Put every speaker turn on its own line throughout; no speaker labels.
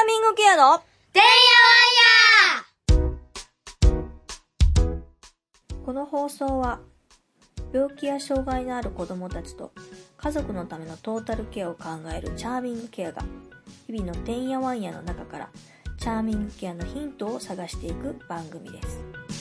ーミングケアの
てんやわんや。
この放送は病気や障害のある子どもたちと家族のためのトータルケアを考えるチャーミングケアが日々のてんやわんやの中からチャーミングケアのヒントを探していく番組です。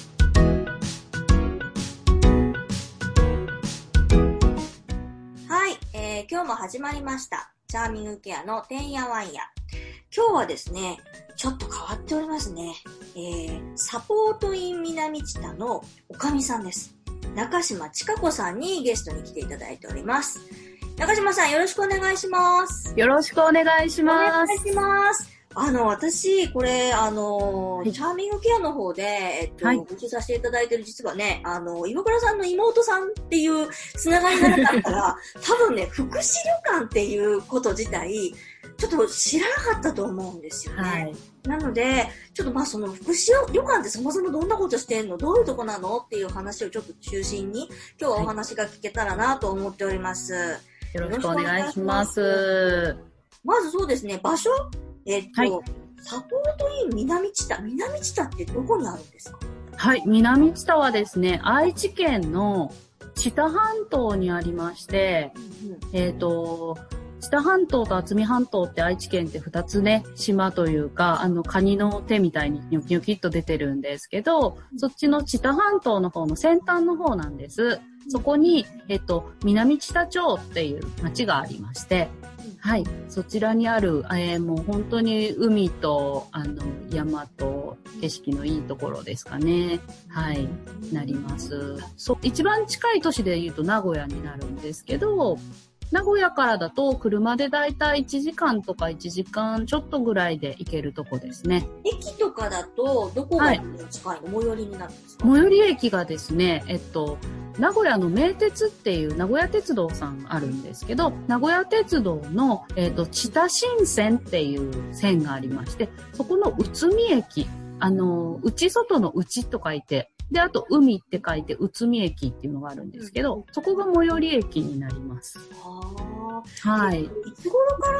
はい、今日も始まりましたチャーミングケアのてんやわんや。今日はですね、ちょっと変わっておりますね。サポートイン南知多のおかみさんです。中島千佳子さんにゲストに来ていただいております。中島さん、よろしくお願いします。
よろしくお願いします。
お願いします。私、これ、チャーミングケアの方で、ご一緒させていただいてる実はね、岩倉さんの妹さんっていうつながりがなかったら、多分ね、福祉旅館っていうこと自体、ちょっと知らなかったと思うんですよね。はい。なので、ちょっとその福祉旅館ってそもそもどんなことしてんの？どういうとこなの？っていう話をちょっと中心に、今日はお話が聞けたらなと思っております。
よろしくお願いします。
まずそうですね、場所？はい、サポートイン南知多。南知多ってどこにあるんですか？
はい、南知多はですね、愛知県の知多半島にありまして、知多半島と渥美半島って愛知県って2つね、島というか、カニの手みたいにニョキニョキっと出てるんですけど、そっちの知多半島の方の先端の方なんです。そこに、南知多町っていう町がありまして、はい、そちらにある、もう本当に海と、山と景色のいいところですかね。はい、なります。一番近い都市で言うと名古屋になるんですけど、名古屋からだと車でだいたい1時間とか1時間ちょっとぐらいで行けるとこですね。
駅とかだとどこが近いの？最寄りになるんですか？
最寄り駅がですね、名古屋の名鉄っていう名古屋鉄道さんあるんですけど、名古屋鉄道の、知多新線っていう線がありまして、そこの内海駅、内外の内と書いて、で、あと、海って書いて、内海駅っていうのがあるんですけど、そこが最寄り駅になります。はい。
いつ頃から、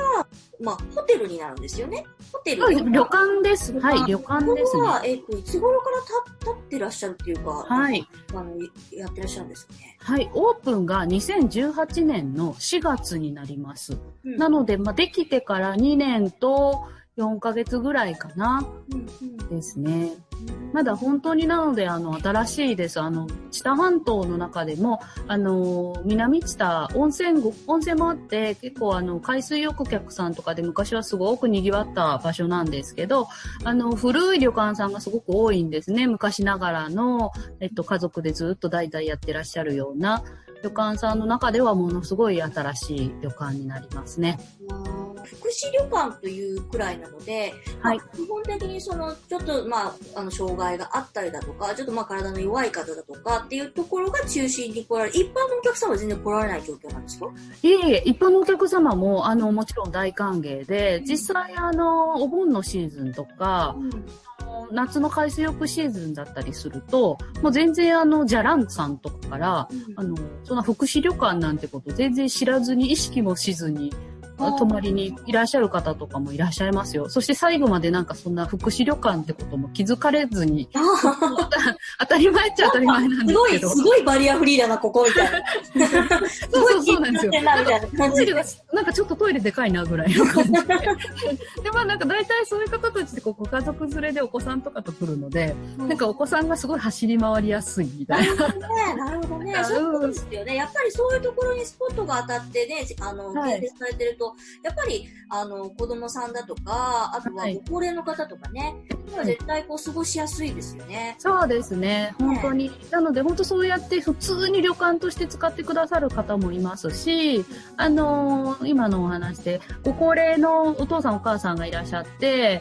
ホテルになるんですよね。ホテル。
旅館です。はい、旅館ですね。
いつ頃から立ってらっしゃるっていうか、
はい。
やってらっしゃるんですかね。
はい、オープンが2018年の4月になります。なので、できてから2年と4ヶ月ぐらいかな。ですね。まだ本当になので、新しいです。知多半島の中でも、南知多、温泉もあって、結構海水浴客さんとかで昔はすごく賑わった場所なんですけど、古い旅館さんがすごく多いんですね。昔ながらの、家族でずっと代々やってらっしゃるような旅館さんの中ではものすごい新しい旅館になりますね。
福祉旅館というくらいなので、はい、基本的にちょっと障害があったりだとか、ちょっと体の弱い方だとかっていうところが中心に来られる。一般のお客様は全然来られない状況なんですか？
いえいえ、一般のお客様ももちろん大歓迎で、実際お盆のシーズンとか、夏の海水浴シーズンだったりすると、もう全然じゃらんさんとかから、そんな福祉旅館なんてこと全然知らずに意識もしずに、泊まりにいらっしゃる方とかもいらっしゃいますよ。そして最後までそんな福祉旅館ってことも気づかれずに、当たり前っちゃ当たり前なんですけど。
すごいバリアフリーだな、ここみたいな。
そうなんですよ。トイレが、ちょっとトイレでかいなぐらいの感じで。で、大体そういう方たちってご家族連れでお子さんとかと来るので、お子さんがすごい走り回りやすいみたいな。
なるほどね。そうですよね。やっぱりそういうところにスポットが当たってね、建設されてると、やっぱり、子供さんだとか、あとはご高齢の方とかね、絶対過ごしやすいですよね。
そうですね。本当に。なので、本当そうやって普通に旅館として使ってくださる方もいますし、今のお話で、ご高齢のお父さんお母さんがいらっしゃって、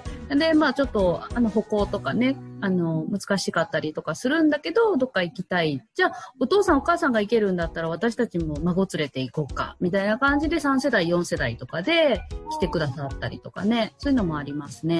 で、ちょっと、歩行とかね、難しかったりとかするんだけど、どっか行きたい。じゃあ、お父さんお母さんが行けるんだったら私たちも孫連れて行こうか。みたいな感じで3世代、4世代とかで来てくださったりとかね。そういうのもありますね。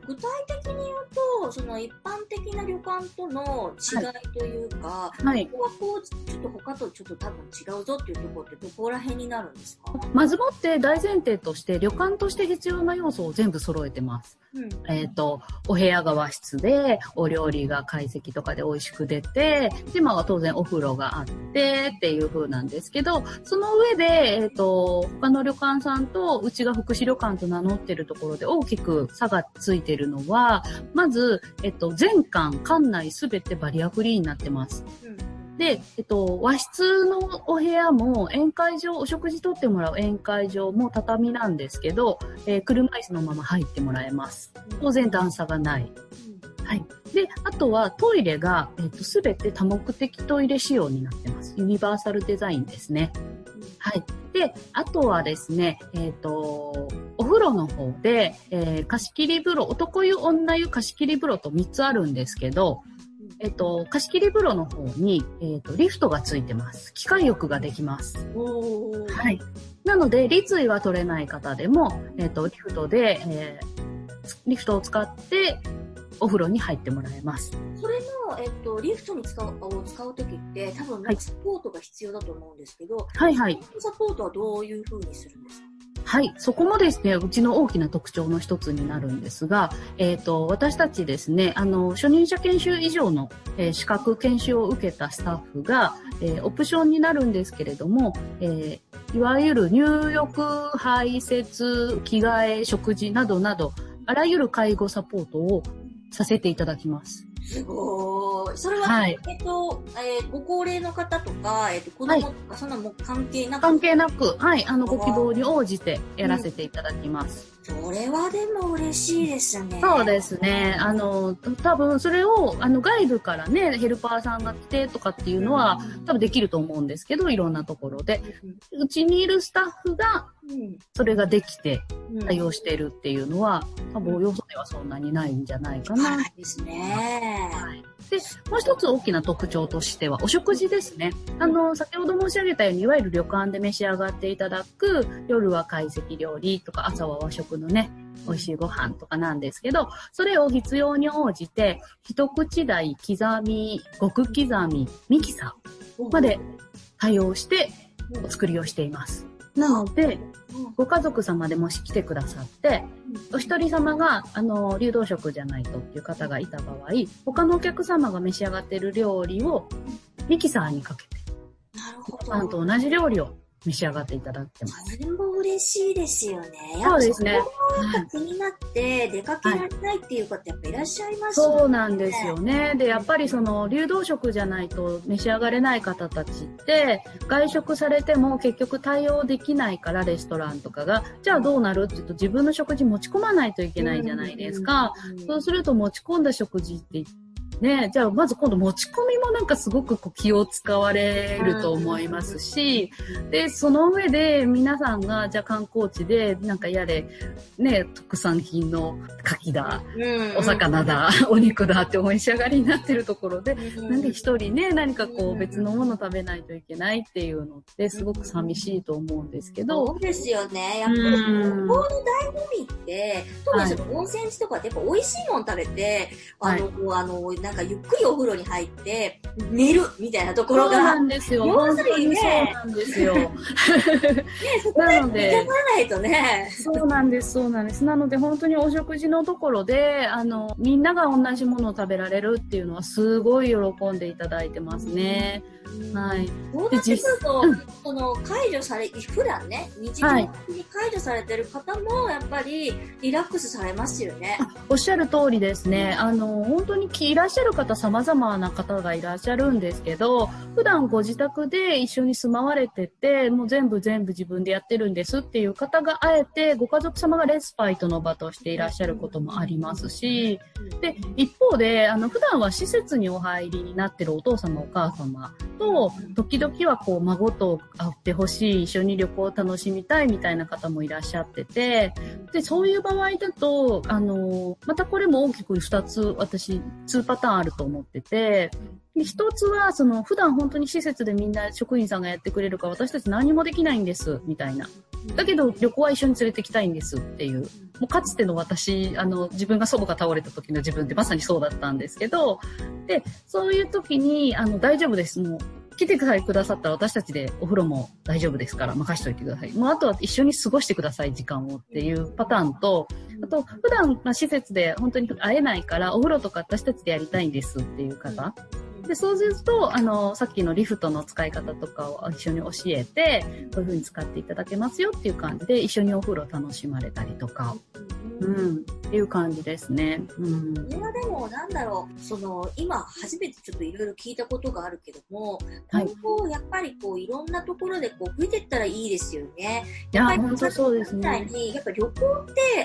具体的に言うと、その一般的な旅館との違いというか、
はい。
ここはこう、ちょっと他とちょっと多分違うぞっていうところってどこら辺になるんですか？
まずもって大前提として旅館として必要な要素を全部揃えてます。
うん、
お部屋が和室で、お料理が懐石とかで美味しく出て、で、まあ当然お風呂があってっていう風なんですけど、その上で、他の旅館さんとうちが福祉旅館と名乗ってるところで大きく差がついてるのは、まず、全館内すべてバリアフリーになってます。で、和室のお部屋も宴会場、お食事とってもらう宴会場も畳なんですけど、車椅子のまま入ってもらえます。当然段差がない。はい。で、あとはトイレが、すべて多目的トイレ仕様になってます。ユニバーサルデザインですね。はい。で、あとはですね、お風呂の方で、貸し切り風呂、男湯、女湯貸し切り風呂と3つあるんですけど、貸し切り風呂の方に、リフトがついてます。機械浴ができます。はい。なので、立位は取れない方でも、リフトで、リフトを使って、お風呂に入ってもらえます。
それの、リフトに使うときって、多分、サポートが必要だと思うんですけど、
はいはい。
サポートはどういう風にするんですか？
はい。そこもですね、うちの大きな特徴の一つになるんですが、私たちですね、初任者研修以上の、資格研修を受けたスタッフが、オプションになるんですけれども、いわゆる入浴、排泄、着替え、食事などなど、あらゆる介護サポートをさせていただきます。
すごーい。それは、
はい、
ご高齢の方とか、子供とか、はい、そんなも関係なく？
関係なく、はい、ご希望に応じてやらせていただきます。
それはでも嬉しいですね。
そうですね。多分それを、外部からね、ヘルパーさんが来てとかっていうのは、多分できると思うんですけど、いろんなところで。うちにいるスタッフが、それができて対応しているっていうのは、多分よそではそんなにないんじゃないかな。
はいですね。
はい。で、もう一つ大きな特徴としては、お食事ですね。先ほど申し上げたように、いわゆる旅館で召し上がっていただく、夜は懐石料理とか、朝は和食のね、美味しいご飯とかなんですけど、それを必要に応じて、一口大、刻み、極刻み、ミキサーまで対応してお作りをしています。なので、ご家族様でもし来てくださって、お一人様が、流動食じゃないとっていう方がいた場合、他のお客様が召し上がっている料理をミキサーにかけて、
なるほど。
パンと同じ料理を召し上がっていただいてます。
それも嬉しいですよね。
そうですね。
やっぱ気になって出かけられないっていう方やっぱいらっしゃいます
よね。そうなんですよね。で、やっぱりその流動食じゃないと召し上がれない方たちって、外食されても結局対応できないからレストランとかが、じゃあどうなるって言うと自分の食事持ち込まないといけないじゃないですか。そうすると持ち込んだ食事ってね、じゃあまず今度持ち込みもなんかすごく気を使われると思いますし、で、その上で皆さんがじゃあ観光地でなんかやれ、ね、特産品の牡蠣だ、お魚だ、お肉だってお召し上がりになってるところで、なんで一人ね、何かこう別のもの食べないといけないっていうのってすごく寂しいと思うんですけど。
そうですよね。やっぱり旅行の醍醐味って、特にその温泉地とかってやっぱ美味しいもの食べて、なんかゆっくりお風呂に入って寝るみたいなところが。
そうなんですよ。
要するにね。
そうなんですよ。ね、
そこで目指さないとね。
そうなんです、そうなんです。なので本当にお食事のところで、みんなが同じものを食べられるっていうのはすごい喜んでいただいてますね。はい。
そうなってくると、その解除され、普段ね、日常的に解除されてる方もやっぱりリラックスされますよね。
おっしゃる通りですね。本当にいらっしゃる方様々な方がいらっしゃるんですけど、普段ご自宅で一緒に住まわれてて、もう全部自分でやってるんですっていう方があえてご家族様がレスパイトの場としていらっしゃることもありますし、で、一方で、普段は施設にお入りになってるお父様お母様と、時々はこう、孫と会ってほしい、一緒に旅行を楽しみたいみたいな方もいらっしゃってて、で、そういう場合だと、またこれも大きく2つ、私、2パターンあると思ってて、で一つは、普段本当に施設でみんな職員さんがやってくれるから私たち何もできないんです、みたいな。だけど旅行は一緒に連れてきたいんですっていう。もうかつての私、自分が祖母が倒れた時の自分ってまさにそうだったんですけど、で、そういう時に、大丈夫です。もう、来てくださったら私たちでお風呂も大丈夫ですから任しといてください。もうあとは一緒に過ごしてください、時間をっていうパターンと、あと、普段、施設で本当に会えないからお風呂とか私たちでやりたいんですっていう方。で、そうすると、さっきのリフトの使い方とかを一緒に教えて、こういう風に使っていただけますよっていう感じで、一緒にお風呂楽しまれたりとか、っていう感じですね。
これはでも、なんだろう、今、初めてちょっといろいろ聞いたことがあるけども、今後、やっぱりいろんなところで増えていったらいいですよね。
いや、本当そうですね。
やっぱ旅行って、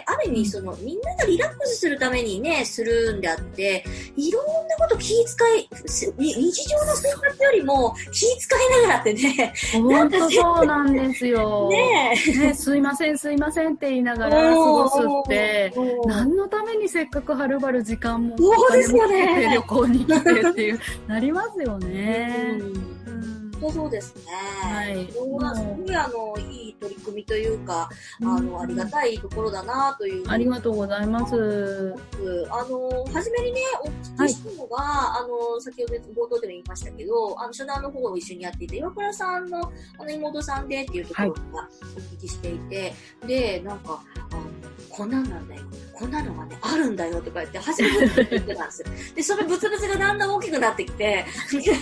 ある意味、みんながリラックスするためにね、するんであって、いろんなこと気遣い、日常の生活よりも気遣いながらってね。
本当そうなんですよ。ねすいませんって言いながら過ごすって、何のためにせっかくはるばる時間もお金もかけて旅行に来てっていう、なりますよね。
そうですね。
はい。
すごいいい取り組みというか、ありがたいところだなという。
ありがとうございます。
初めにね、お聞きしたのが、先ほど冒頭でも言いましたけど、初段の方を一緒にやっていた岩倉さんの、妹さんでっていうところがお聞きしていて、で、なんか、こんなんなんだよ。こんなのがね、あるんだよとか言って、初めて言ってたんですよ。で、そのブツブツがだんだん大きくなってきて、で、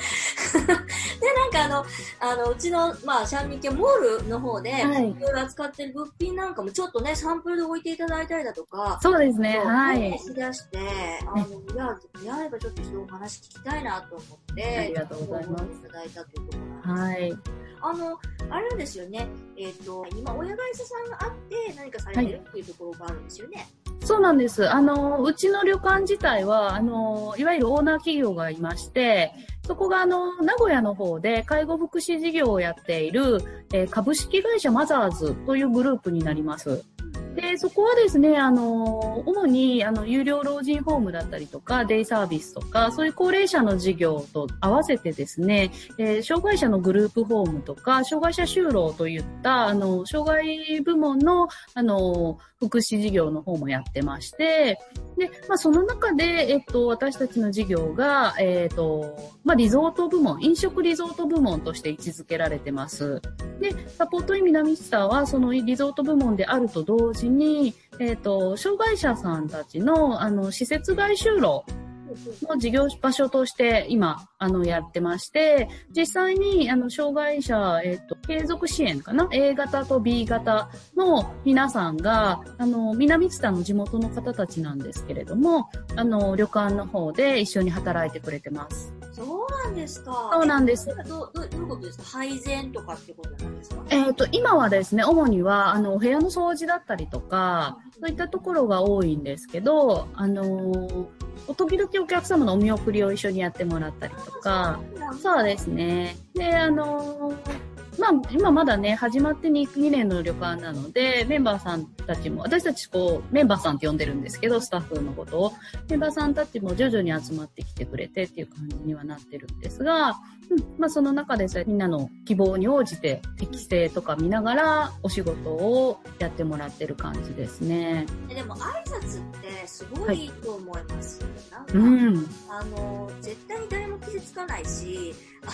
なんかうちの、シャンミキャモールの方で、いろいろ扱ってる物品なんかもちょっとね、サンプルで置いていただいたりだとか、
そうですね、はい。
しだして、やればちょっと一度お話聞きたいなと思って、
ありがとうございます。
いただいたというところなんです。はい。あれなんですよね。今、親会社さんがあって何かされてるっていうところがあるんですよね。
そうなんです。うちの旅館自体は、いわゆるオーナー企業がいまして、そこが名古屋の方で介護福祉事業をやっている、株式会社マザーズというグループになります。で、そこはですね、主に、有料老人ホームだったりとか、デイサービスとか、そういう高齢者の事業と合わせてですね、障害者のグループホームとか、障害者就労といった、障害部門の、福祉事業の方もやってまして、で、その中で、私たちの事業が、リゾート部門、飲食リゾート部門として位置づけられてます。で、サポートイン南知多は、そのリゾート部門であると同時に、障害者さんたちの、施設外就労の事業場所として今、やってまして、実際に、障害者、継続支援かな ?A 型と B 型の皆さんが、南知多の地元の方たちなんですけれども、旅館の方で一緒に働いてくれてます。
そうなんですか。
そうなんです。
どういうことですか？配膳とかってことなんですか？
今はですね、主には、お部屋の掃除だったりとか、そういったところが多いんですけど、時々お客様のお見送りを一緒にやってもらったりとか、そうですね。で、今まだね、始まって2年の旅館なので、メンバーさんたちも、私たちメンバーさんって呼んでるんですけど、スタッフのことを。メンバーさんたちも徐々に集まってきてくれてっていう感じにはなってるんですが、その中でみんなの希望に応じて適性とか見ながらお仕事をやってもらってる感じですね。
でも挨拶ってすごいいいと思います。なんか、絶対に誰も傷つかないし、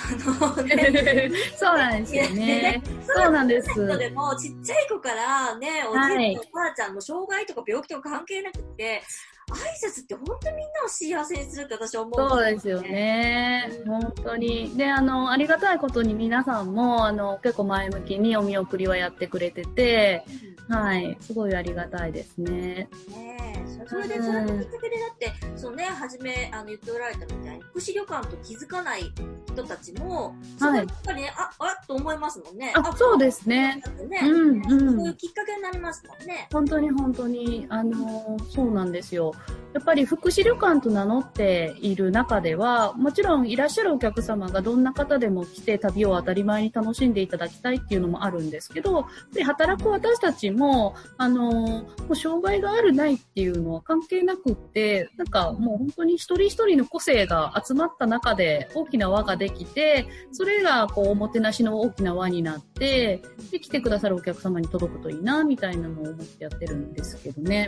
そうなんですよね。そうなんです。
でもちっちゃい子からね、おじいちゃんおばあちゃんの障害とか病気とか関係なくて、挨拶って本当にみんなを幸せにするって私は思う、
そうですよね。本当に。で、ありがたいことに皆さんも、結構前向きにお見送りはやってくれてて、はい。すごいありがたいですね。
そそれで、それのきっかけでだって、初め、言っておられたみたいに、福祉旅館と気づかない人たちも、そこやっぱりね、と思いますもんね。
そうですね。
そういうきっかけになりますもんね。
本当に、そうなんですよ。やっぱり福祉旅館と名乗っている中では、もちろんいらっしゃるお客様がどんな方でも来て旅を当たり前に楽しんでいただきたいっていうのもあるんですけど、やっぱり働く私たちも、もう障害があるないっていうのは関係なくって、なんかもう本当に一人一人の個性が集まった中で大きな輪ができて、それがこうおもてなしの大きな輪になって、で来てくださるお客様に届くといいなみたいなのを思ってやってるんですけどね。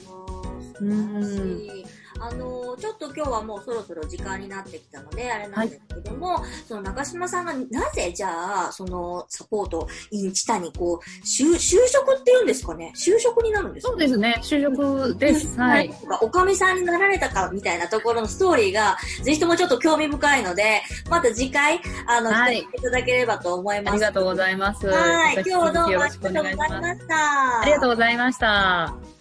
ちょっと今日はもうそろそろ時間になってきたので、あれなんですけども、その中島さんがなぜじゃあ、そのサポートインチタにこう、就職っていうんですかね、就職になるんですか？
そうですね、就職です。はい。
おかみさんになられたかみたいなところのストーリーが、ぜひともちょっと興味深いので、また次回、聞いていただければと思います。
ありがとうございます。
はい。今日はどうもありがとうございました。
ありがとうございました。